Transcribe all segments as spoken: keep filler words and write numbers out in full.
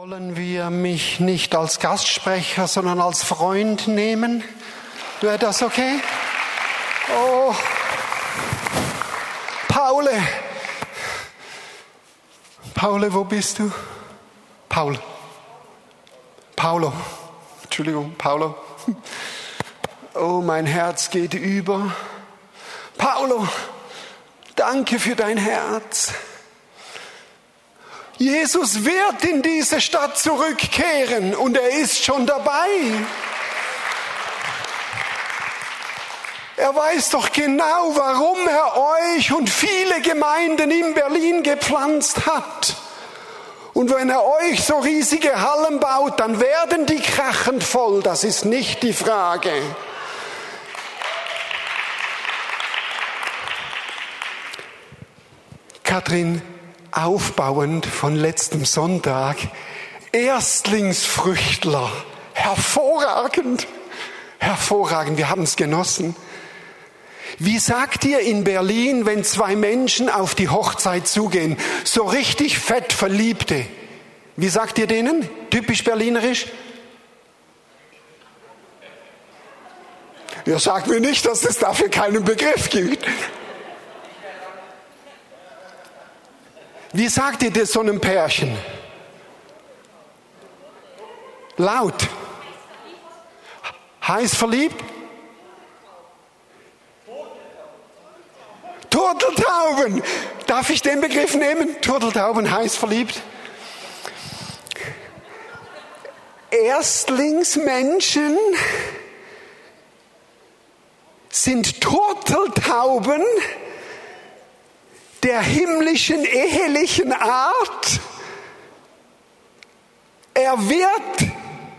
Wollen wir mich nicht als Gastsprecher, sondern als Freund nehmen? Wäre das okay? Oh, Paule. Paule, wo bist du? Paul. Paulo. Entschuldigung, Paulo. Oh, mein Herz geht über. Paulo, danke für dein Herz. Jesus wird in diese Stadt zurückkehren und er ist schon dabei. Er weiß doch genau, warum er euch und viele Gemeinden in Berlin gepflanzt hat. Und wenn er euch so riesige Hallen baut, dann werden die krachend voll. Das ist nicht die Frage. Katrin, aufbauend von letztem Sonntag, Erstlingsfrüchtler, hervorragend, hervorragend, wir haben es genossen. Wie sagt ihr in Berlin, wenn zwei Menschen auf die Hochzeit zugehen, so richtig fett Verliebte? Wie sagt ihr denen? Typisch berlinerisch? Ihr sagt mir nicht, dass es dafür keinen Begriff gibt. Wie sagt ihr das so einem Pärchen? Laut. Heiß verliebt? Turteltauben. Darf ich den Begriff nehmen? Turteltauben, heiß verliebt. Erstlingsmenschen sind Turteltauben der himmlischen, ehelichen Art. Er wird,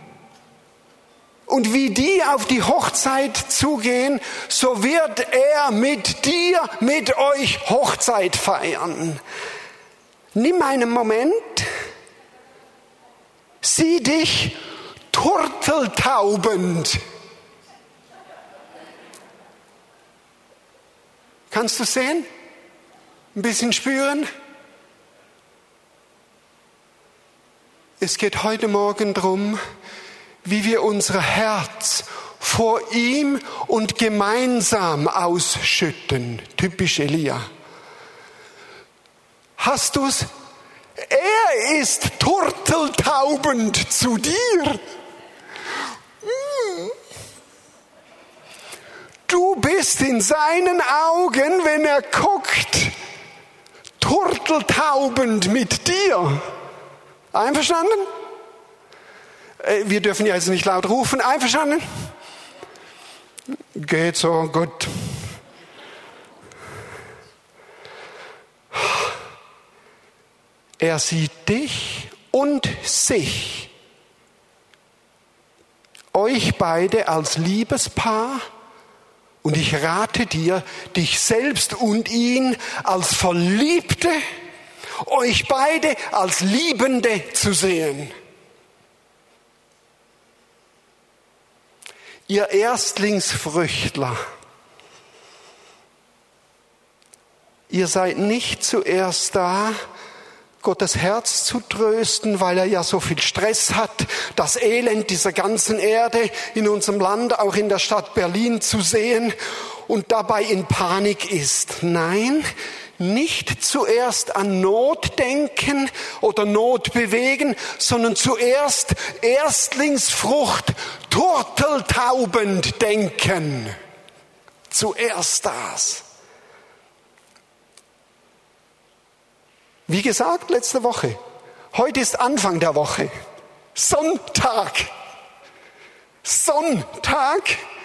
und wie die auf die Hochzeit zugehen, so wird er mit dir, mit euch Hochzeit feiern. Nimm einen Moment, sieh dich turteltaubend. Kannst du sehen? Ein bisschen spüren. Es geht heute Morgen darum, wie wir unser Herz vor ihm und gemeinsam ausschütten. Typisch Elia. Hast du's? Er ist turteltaubend zu dir. Du bist in seinen Augen, wenn er guckt, turteltaubend mit dir. Einverstanden? Wir dürfen ja jetzt nicht laut rufen. Einverstanden? Geht so, gut. Er sieht dich und sich. Euch beide als Liebespaar. Und ich rate dir, dich selbst und ihn als Verliebte, euch beide als Liebende zu sehen. Ihr Erstlingsfrüchtler, ihr seid nicht zuerst da, Gottes Herz zu trösten, weil er ja so viel Stress hat, das Elend dieser ganzen Erde in unserem Land, auch in der Stadt Berlin zu sehen und dabei in Panik ist. Nein, nicht zuerst an Not denken oder Not bewegen, sondern zuerst Erstlingsfrucht turteltaubend denken. Zuerst das. Wie gesagt, letzte Woche. Heute ist Anfang der Woche. Sonntag. Sonntag.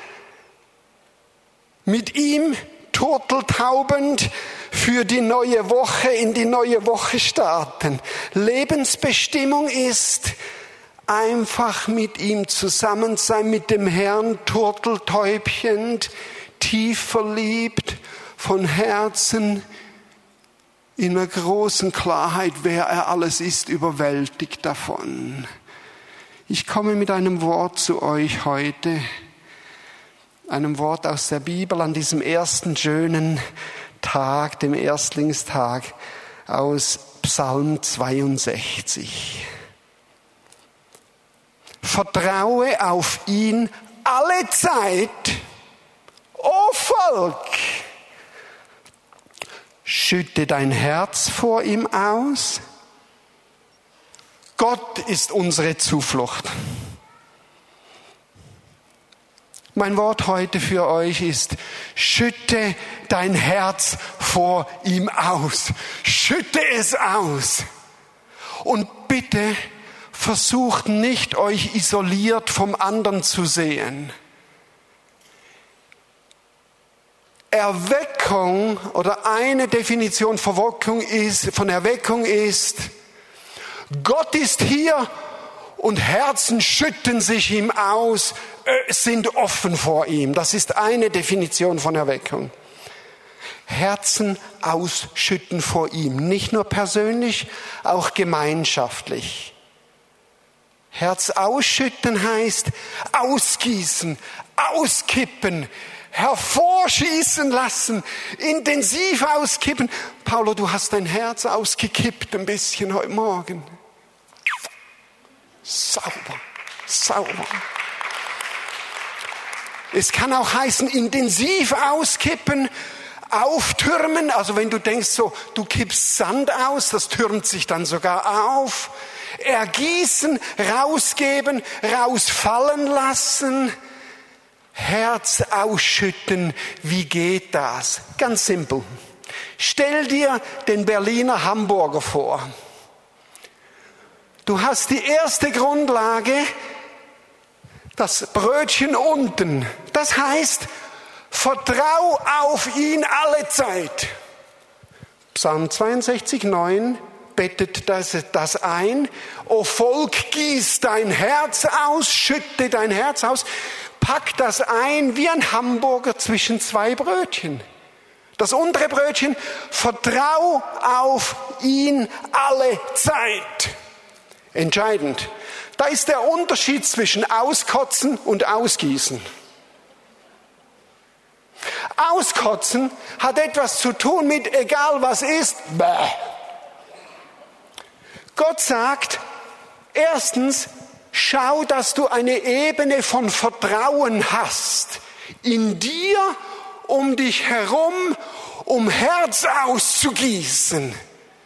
Mit ihm turteltaubend für die neue Woche, in die neue Woche starten. Lebensbestimmung ist einfach mit ihm zusammen sein, mit dem Herrn turteltäubchend, tief verliebt, von Herzen in einer großen Klarheit, wer er alles ist, überwältigt davon. Ich komme mit einem Wort zu euch heute, einem Wort aus der Bibel an diesem ersten schönen Tag, dem Erstlingstag aus Psalm zweiundsechzig. vertraue auf ihn alle Zeit. O Volk, schütte dein Herz vor ihm aus. Gott ist unsere Zuflucht. Mein Wort heute für euch ist, schütte dein Herz vor ihm aus. Schütte es aus. Und bitte versucht nicht, euch isoliert vom anderen zu sehen. Erweckung oder eine Definition von Erweckung ist, von Erweckung ist, Gott ist hier und Herzen schütten sich ihm aus, sind offen vor ihm. Das ist eine Definition von Erweckung. Herzen ausschütten vor ihm. Nicht nur persönlich, auch gemeinschaftlich. Herz ausschütten heißt ausgießen, auskippen, hervorschießen lassen, intensiv auskippen. Paulo, du hast dein Herz ausgekippt ein bisschen heute Morgen. Sauber, sauber. Es kann auch heißen, intensiv auskippen, auftürmen. Also wenn du denkst so, du kippst Sand aus, das türmt sich dann sogar auf. Ergießen, rausgeben, rausfallen lassen. Herz ausschütten, wie geht das? Ganz simpel. Stell dir den Berliner Hamburger vor. Du hast die erste Grundlage, das Brötchen unten. Das heißt, vertrau auf ihn alle Zeit. Psalm zweiundsechzig, neun bettet das, das ein. O Volk, gieß dein Herz aus, schütte dein Herz aus. Pack das ein wie ein Hamburger zwischen zwei Brötchen. Das untere Brötchen, vertrau auf ihn alle Zeit. Entscheidend. Da ist der Unterschied zwischen Auskotzen und Ausgießen. Auskotzen hat etwas zu tun mit egal was ist. Bäh. Gott sagt, erstens, schau, dass du eine Ebene von Vertrauen hast. In dir, um dich herum, um Herz auszugießen.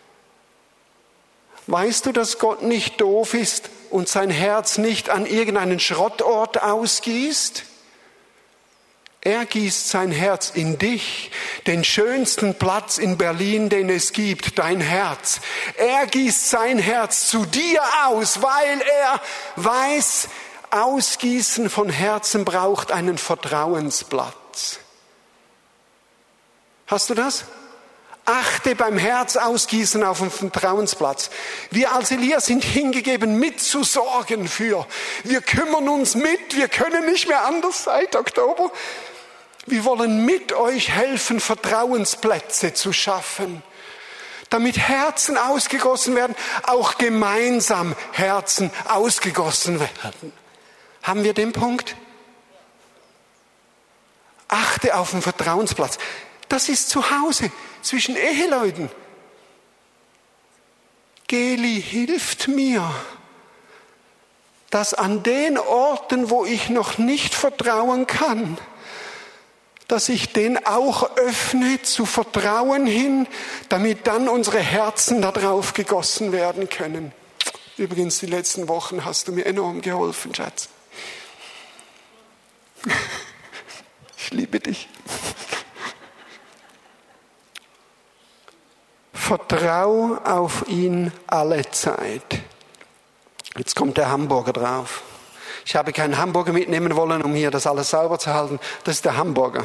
Weißt du, dass Gott nicht doof ist und sein Herz nicht an irgendeinen Schrottort ausgießt? Er gießt sein Herz in dich, den schönsten Platz in Berlin, den es gibt, dein Herz. Er gießt sein Herz zu dir aus, weil er weiß, Ausgießen von Herzen braucht einen Vertrauensplatz. Hast du das? Achte beim Herzausgießen auf den Vertrauensplatz. Wir als Elia sind hingegeben, mitzusorgen für. Wir kümmern uns mit, wir können nicht mehr anders seit Oktober. Wir wollen mit euch helfen, Vertrauensplätze zu schaffen, damit Herzen ausgegossen werden, auch gemeinsam Herzen ausgegossen werden. Haben wir den Punkt? Achte auf den Vertrauensplatz. Das ist zu Hause, zwischen Eheleuten. Geli hilft mir, dass an den Orten, wo ich noch nicht vertrauen kann, dass ich den auch öffne zu Vertrauen hin, damit dann unsere Herzen da drauf gegossen werden können. Übrigens, die letzten Wochen hast du mir enorm geholfen, Schatz. Ich liebe dich. Vertrau auf ihn alle Zeit. Jetzt kommt der Hamburger drauf. Ich habe keinen Hamburger mitnehmen wollen, um hier das alles sauber zu halten. Das ist der Hamburger.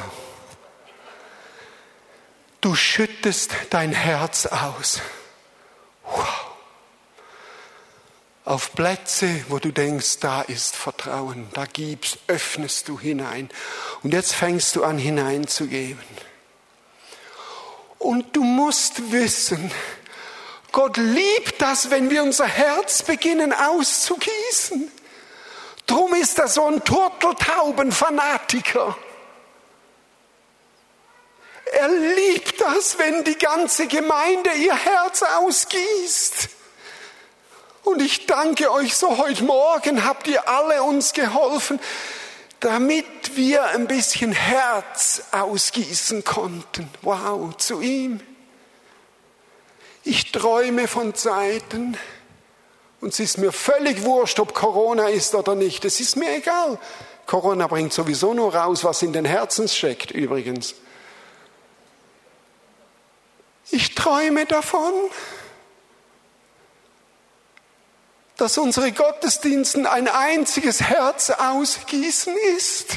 Du schüttest dein Herz aus. Wow. Auf Plätze, wo du denkst, da ist Vertrauen, da gibst, öffnest du hinein. Und jetzt fängst du an hineinzugeben. Und du musst wissen, Gott liebt das, wenn wir unser Herz beginnen auszugießen. Drum ist er so ein Turteltauben-Fanatiker. Er liebt das, wenn die ganze Gemeinde ihr Herz ausgießt. Und ich danke euch so, heute Morgen habt ihr alle uns geholfen, damit wir ein bisschen Herz ausgießen konnten. Wow, zu ihm. Ich träume von Zeiten, und es ist mir völlig wurscht, ob Corona ist oder nicht. Es ist mir egal. Corona bringt sowieso nur raus, was in den Herzen steckt, übrigens. Ich träume davon, dass unsere Gottesdienste ein einziges Herz ausgießen ist,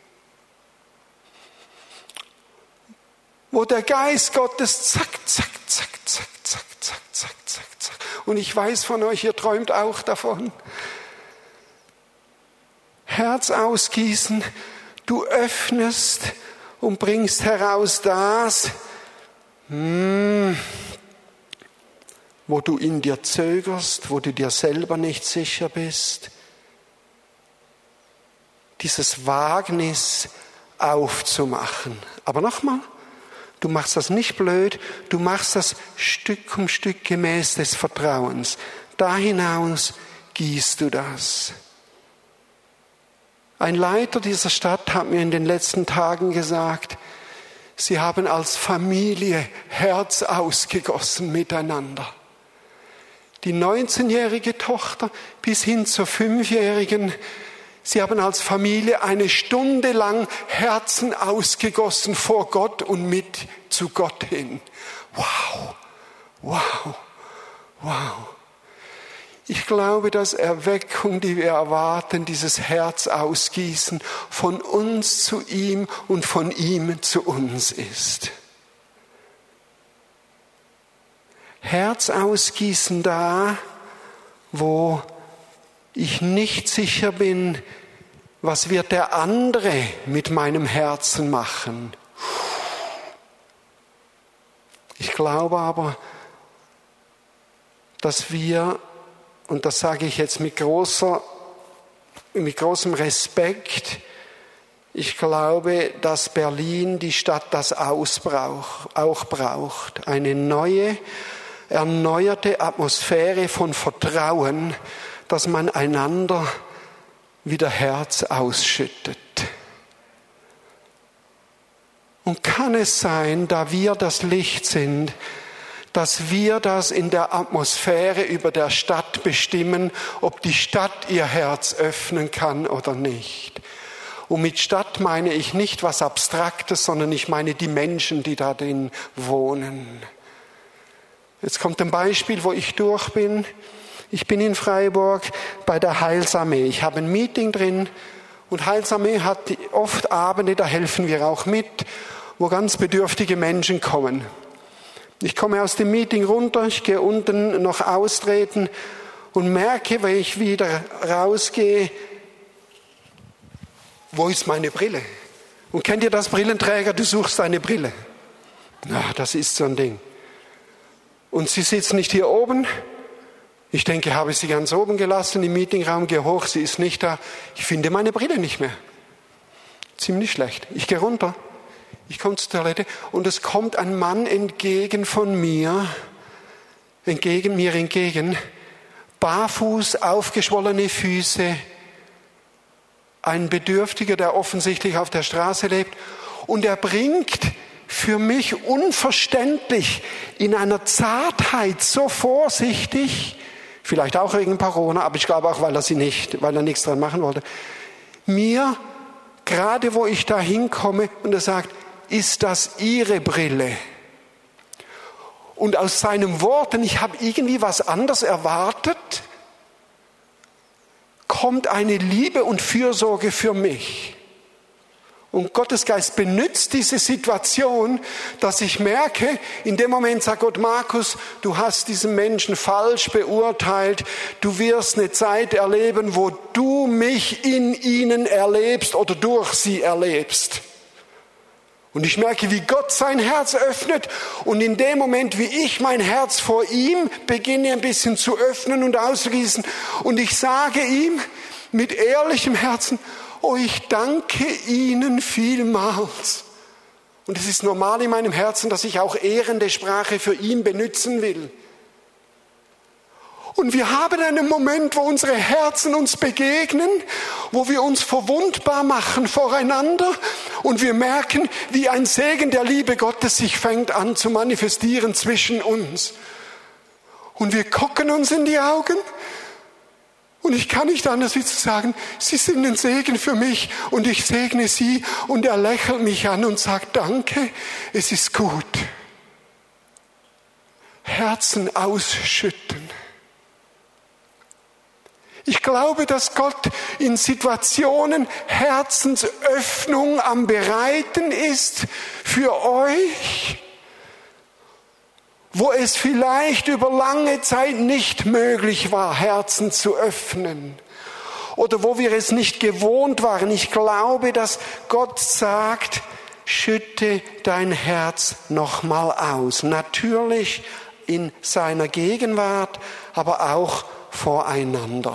wo der Geist Gottes zack, zack, zack, zack, zack, zack, zack, zack, zack. Und ich weiß von euch, ihr träumt auch davon. Herz ausgießen, du öffnest und bringst heraus das, hm, wo du in dir zögerst, wo du dir selber nicht sicher bist. Dieses Wagnis aufzumachen. Aber nochmal, du machst das nicht blöd, du machst das Stück um Stück gemäß des Vertrauens. Da hinaus gießt du das. Ein Leiter dieser Stadt hat mir in den letzten Tagen gesagt, sie haben als Familie Herz ausgegossen miteinander. Die neunzehnjährige Tochter bis hin zur fünfjährigen, sie haben als Familie eine Stunde lang Herzen ausgegossen vor Gott und mit zu Gott hin. Wow, wow, wow. Ich glaube, dass Erweckung, die wir erwarten, dieses Herz ausgießen, von uns zu ihm und von ihm zu uns ist. Herz ausgießen da, wo ich nicht sicher bin, was wird der andere mit meinem Herzen machen. Ich glaube aber, dass wir, und das sage ich jetzt mit großer, mit großem Respekt, ich glaube, dass Berlin, die Stadt, das auch braucht. Eine neue, erneuerte Atmosphäre von Vertrauen, dass man einander wieder Herz ausschüttet. Und kann es sein, da wir das Licht sind, dass wir das in der Atmosphäre über der Stadt bestimmen, ob die Stadt ihr Herz öffnen kann oder nicht. Und mit Stadt meine ich nicht was Abstraktes, sondern ich meine die Menschen, die da drin wohnen. Jetzt kommt ein Beispiel, wo ich durch bin. Ich bin in Freiburg bei der Heilsarmee. Ich habe ein Meeting drin und Heilsarmee hat oft Abende, da helfen wir auch mit, wo ganz bedürftige Menschen kommen. Ich komme aus dem Meeting runter, ich gehe unten noch austreten und merke, wenn ich wieder rausgehe, wo ist meine Brille? Und kennt ihr das, Brillenträger, du suchst deine Brille. Na, das ist so ein Ding. Und sie sitzt nicht hier oben. Ich denke, habe ich sie ganz oben gelassen im Meetingraum, gehe hoch, sie ist nicht da. Ich finde meine Brille nicht mehr. Ziemlich schlecht. Ich gehe runter. Ich komme zur Toilette und es kommt ein Mann entgegen von mir, entgegen mir entgegen, barfuß, aufgeschwollene Füße, ein Bedürftiger, der offensichtlich auf der Straße lebt, und er bringt für mich unverständlich in einer Zartheit so vorsichtig, vielleicht auch wegen Corona, aber ich glaube auch, weil er sie nicht, weil er nichts dran machen wollte, mir, gerade wo ich da hinkomme, und er sagt, ist das Ihre Brille? Und aus seinen Worten, ich habe irgendwie was anderes erwartet, kommt eine Liebe und Fürsorge für mich. Und Gottes Geist benutzt diese Situation, dass ich merke, in dem Moment sagt Gott, Markus, du hast diesen Menschen falsch beurteilt. Du wirst eine Zeit erleben, wo du mich in ihnen erlebst oder durch sie erlebst. Und ich merke, wie Gott sein Herz öffnet. Und in dem Moment, wie ich mein Herz vor ihm beginne ein bisschen zu öffnen und auszugießen. Und ich sage ihm mit ehrlichem Herzen, oh, ich danke Ihnen vielmals. Und es ist normal in meinem Herzen, dass ich auch ehrende Sprache für ihn benutzen will. Und wir haben einen Moment, wo unsere Herzen uns begegnen, wo wir uns verwundbar machen voreinander und wir merken, wie ein Segen der Liebe Gottes sich fängt an zu manifestieren zwischen uns. Und wir gucken uns in die Augen und ich kann nicht anders wie zu sagen, Sie sind ein Segen für mich und ich segne Sie und er lächelt mich an und sagt, danke, es ist gut. Herzen ausschütten. Ich glaube, dass Gott in Situationen Herzensöffnung am Bereiten ist für euch, wo es vielleicht über lange Zeit nicht möglich war, Herzen zu öffnen. Oder wo wir es nicht gewohnt waren. Ich glaube, dass Gott sagt, schütte dein Herz nochmal aus. Natürlich in seiner Gegenwart, aber auch voreinander.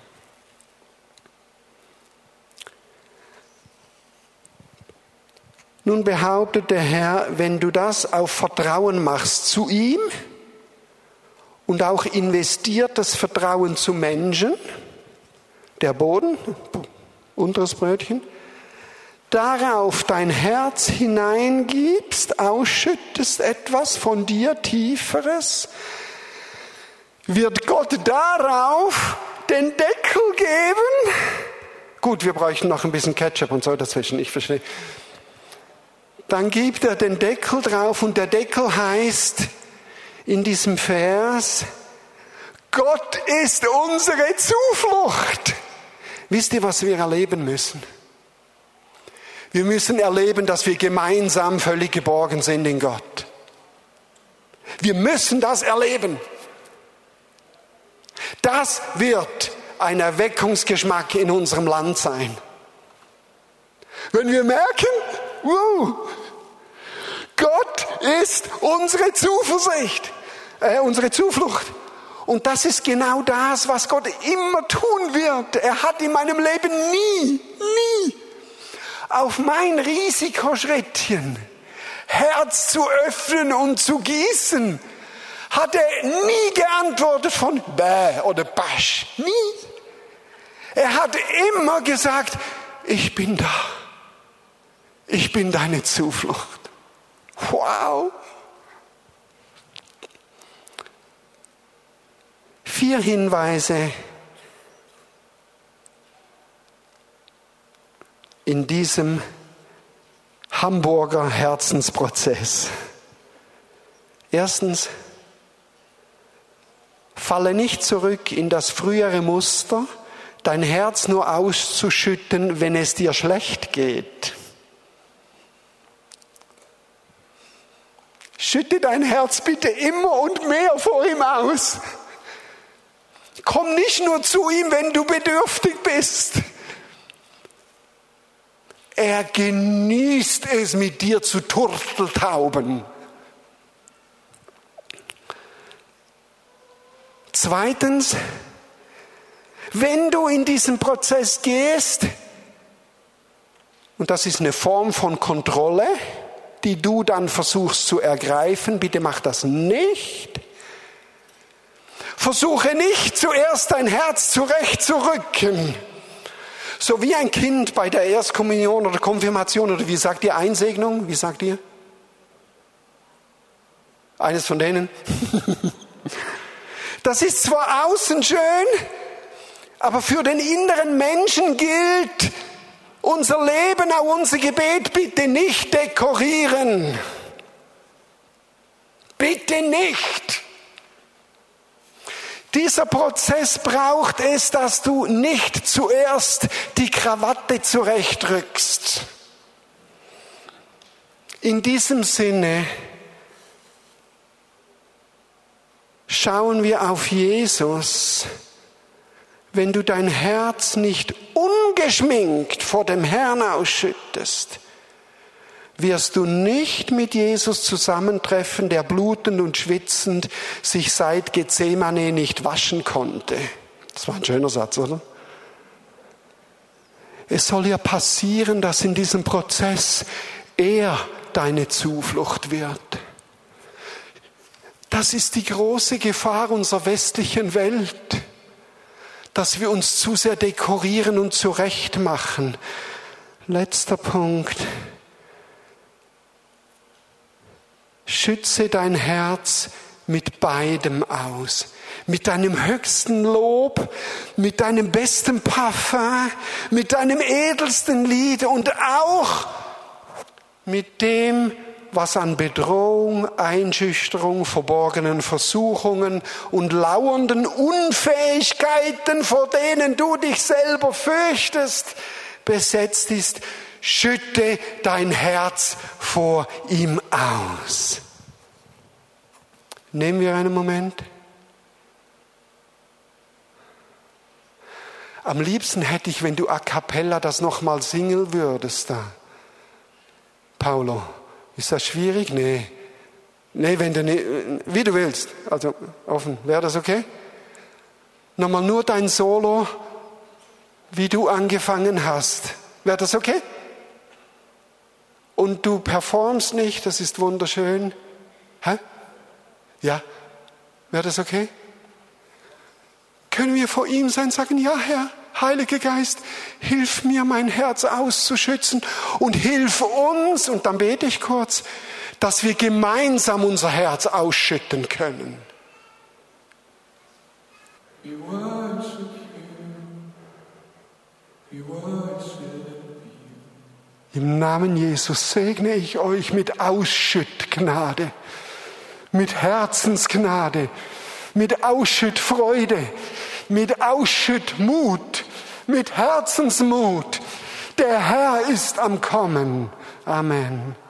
Nun behauptet der Herr, wenn du das auf Vertrauen machst zu ihm und auch investiertes Vertrauen zu Menschen, der Boden, unteres Brötchen, darauf dein Herz hineingibst, ausschüttest etwas von dir Tieferes, wird Gott darauf den Deckel geben? Gut, wir bräuchten noch ein bisschen Ketchup und so dazwischen, ich verstehe. Dann gibt er den Deckel drauf und der Deckel heißt in diesem Vers, Gott ist unsere Zuflucht. Wisst ihr, was wir erleben müssen? Wir müssen erleben, dass wir gemeinsam völlig geborgen sind in Gott. Wir müssen das erleben. Das wird ein Erweckungsgeschmack in unserem Land sein. Wenn wir merken, wow, Gott ist unsere Zuversicht, äh, unsere Zuflucht. Und das ist genau das, was Gott immer tun wird. Er hat in meinem Leben nie, nie auf mein Risikoschrittchen, Herz zu öffnen und zu gießen, hat er nie geantwortet von bäh oder basch. Nie. Er hat immer gesagt, ich bin da. Ich bin deine Zuflucht. Wow. Vier Hinweise in diesem Hamburger Herzensprozess. Erstens, falle nicht zurück in das frühere Muster, dein Herz nur auszuschütten, wenn es dir schlecht geht. Schütte dein Herz bitte immer und mehr vor ihm aus. Komm nicht nur zu ihm, wenn du bedürftig bist. Er genießt es, mit dir zu turteltauben. Zweitens, wenn du in diesen Prozess gehst, und das ist eine Form von Kontrolle, die du dann versuchst zu ergreifen, bitte mach das nicht. Versuche nicht zuerst dein Herz zurechtzurücken. So wie ein Kind bei der Erstkommunion oder Konfirmation oder wie sagt ihr Einsegnung? Wie sagt ihr? Eines von denen? Das ist zwar außen schön, aber für den inneren Menschen gilt, unser Leben, auch unser Gebet bitte nicht dekorieren. Bitte nicht. Dieser Prozess braucht es, dass du nicht zuerst die Krawatte zurechtrückst. In diesem Sinne schauen wir auf Jesus. Wenn du dein Herz nicht ungeschminkt vor dem Herrn ausschüttest, wirst du nicht mit Jesus zusammentreffen, der blutend und schwitzend sich seit Gethsemane nicht waschen konnte. Das war ein schöner Satz, oder? Es soll ja passieren, dass in diesem Prozess er deine Zuflucht wird. Das ist die große Gefahr unserer westlichen Welt, dass wir uns zu sehr dekorieren und zurechtmachen. Letzter Punkt. Schütze dein Herz mit beidem aus. Mit deinem höchsten Lob, mit deinem besten Parfum, mit deinem edelsten Lied und auch mit dem, was an Bedrohung, Einschüchterung, verborgenen Versuchungen und lauernden Unfähigkeiten, vor denen du dich selber fürchtest, besetzt ist. Schütte dein Herz vor ihm aus. Nehmen wir einen Moment. Am liebsten hätte ich, wenn du a cappella das nochmal singen würdest da. Paulo, ist das schwierig? Nee. Nee, wenn du nicht, wie du willst. Also offen, wäre das okay? Nochmal nur dein Solo, wie du angefangen hast. Wäre das okay? Und du performst nicht, das ist wunderschön. Hä? Ja, wäre das okay? Können wir vor ihm sein und sagen, ja Herr, Heiliger Geist, hilf mir, mein Herz auszuschützen und hilf uns, und dann bete ich kurz, dass wir gemeinsam unser Herz ausschütten können. We worship you. We worship you. Im Namen Jesus segne ich euch mit Ausschüttgnade, mit Herzensgnade, mit Ausschüttfreude, mit Ausschüttmut, mit Herzensmut. Der Herr ist am Kommen. Amen.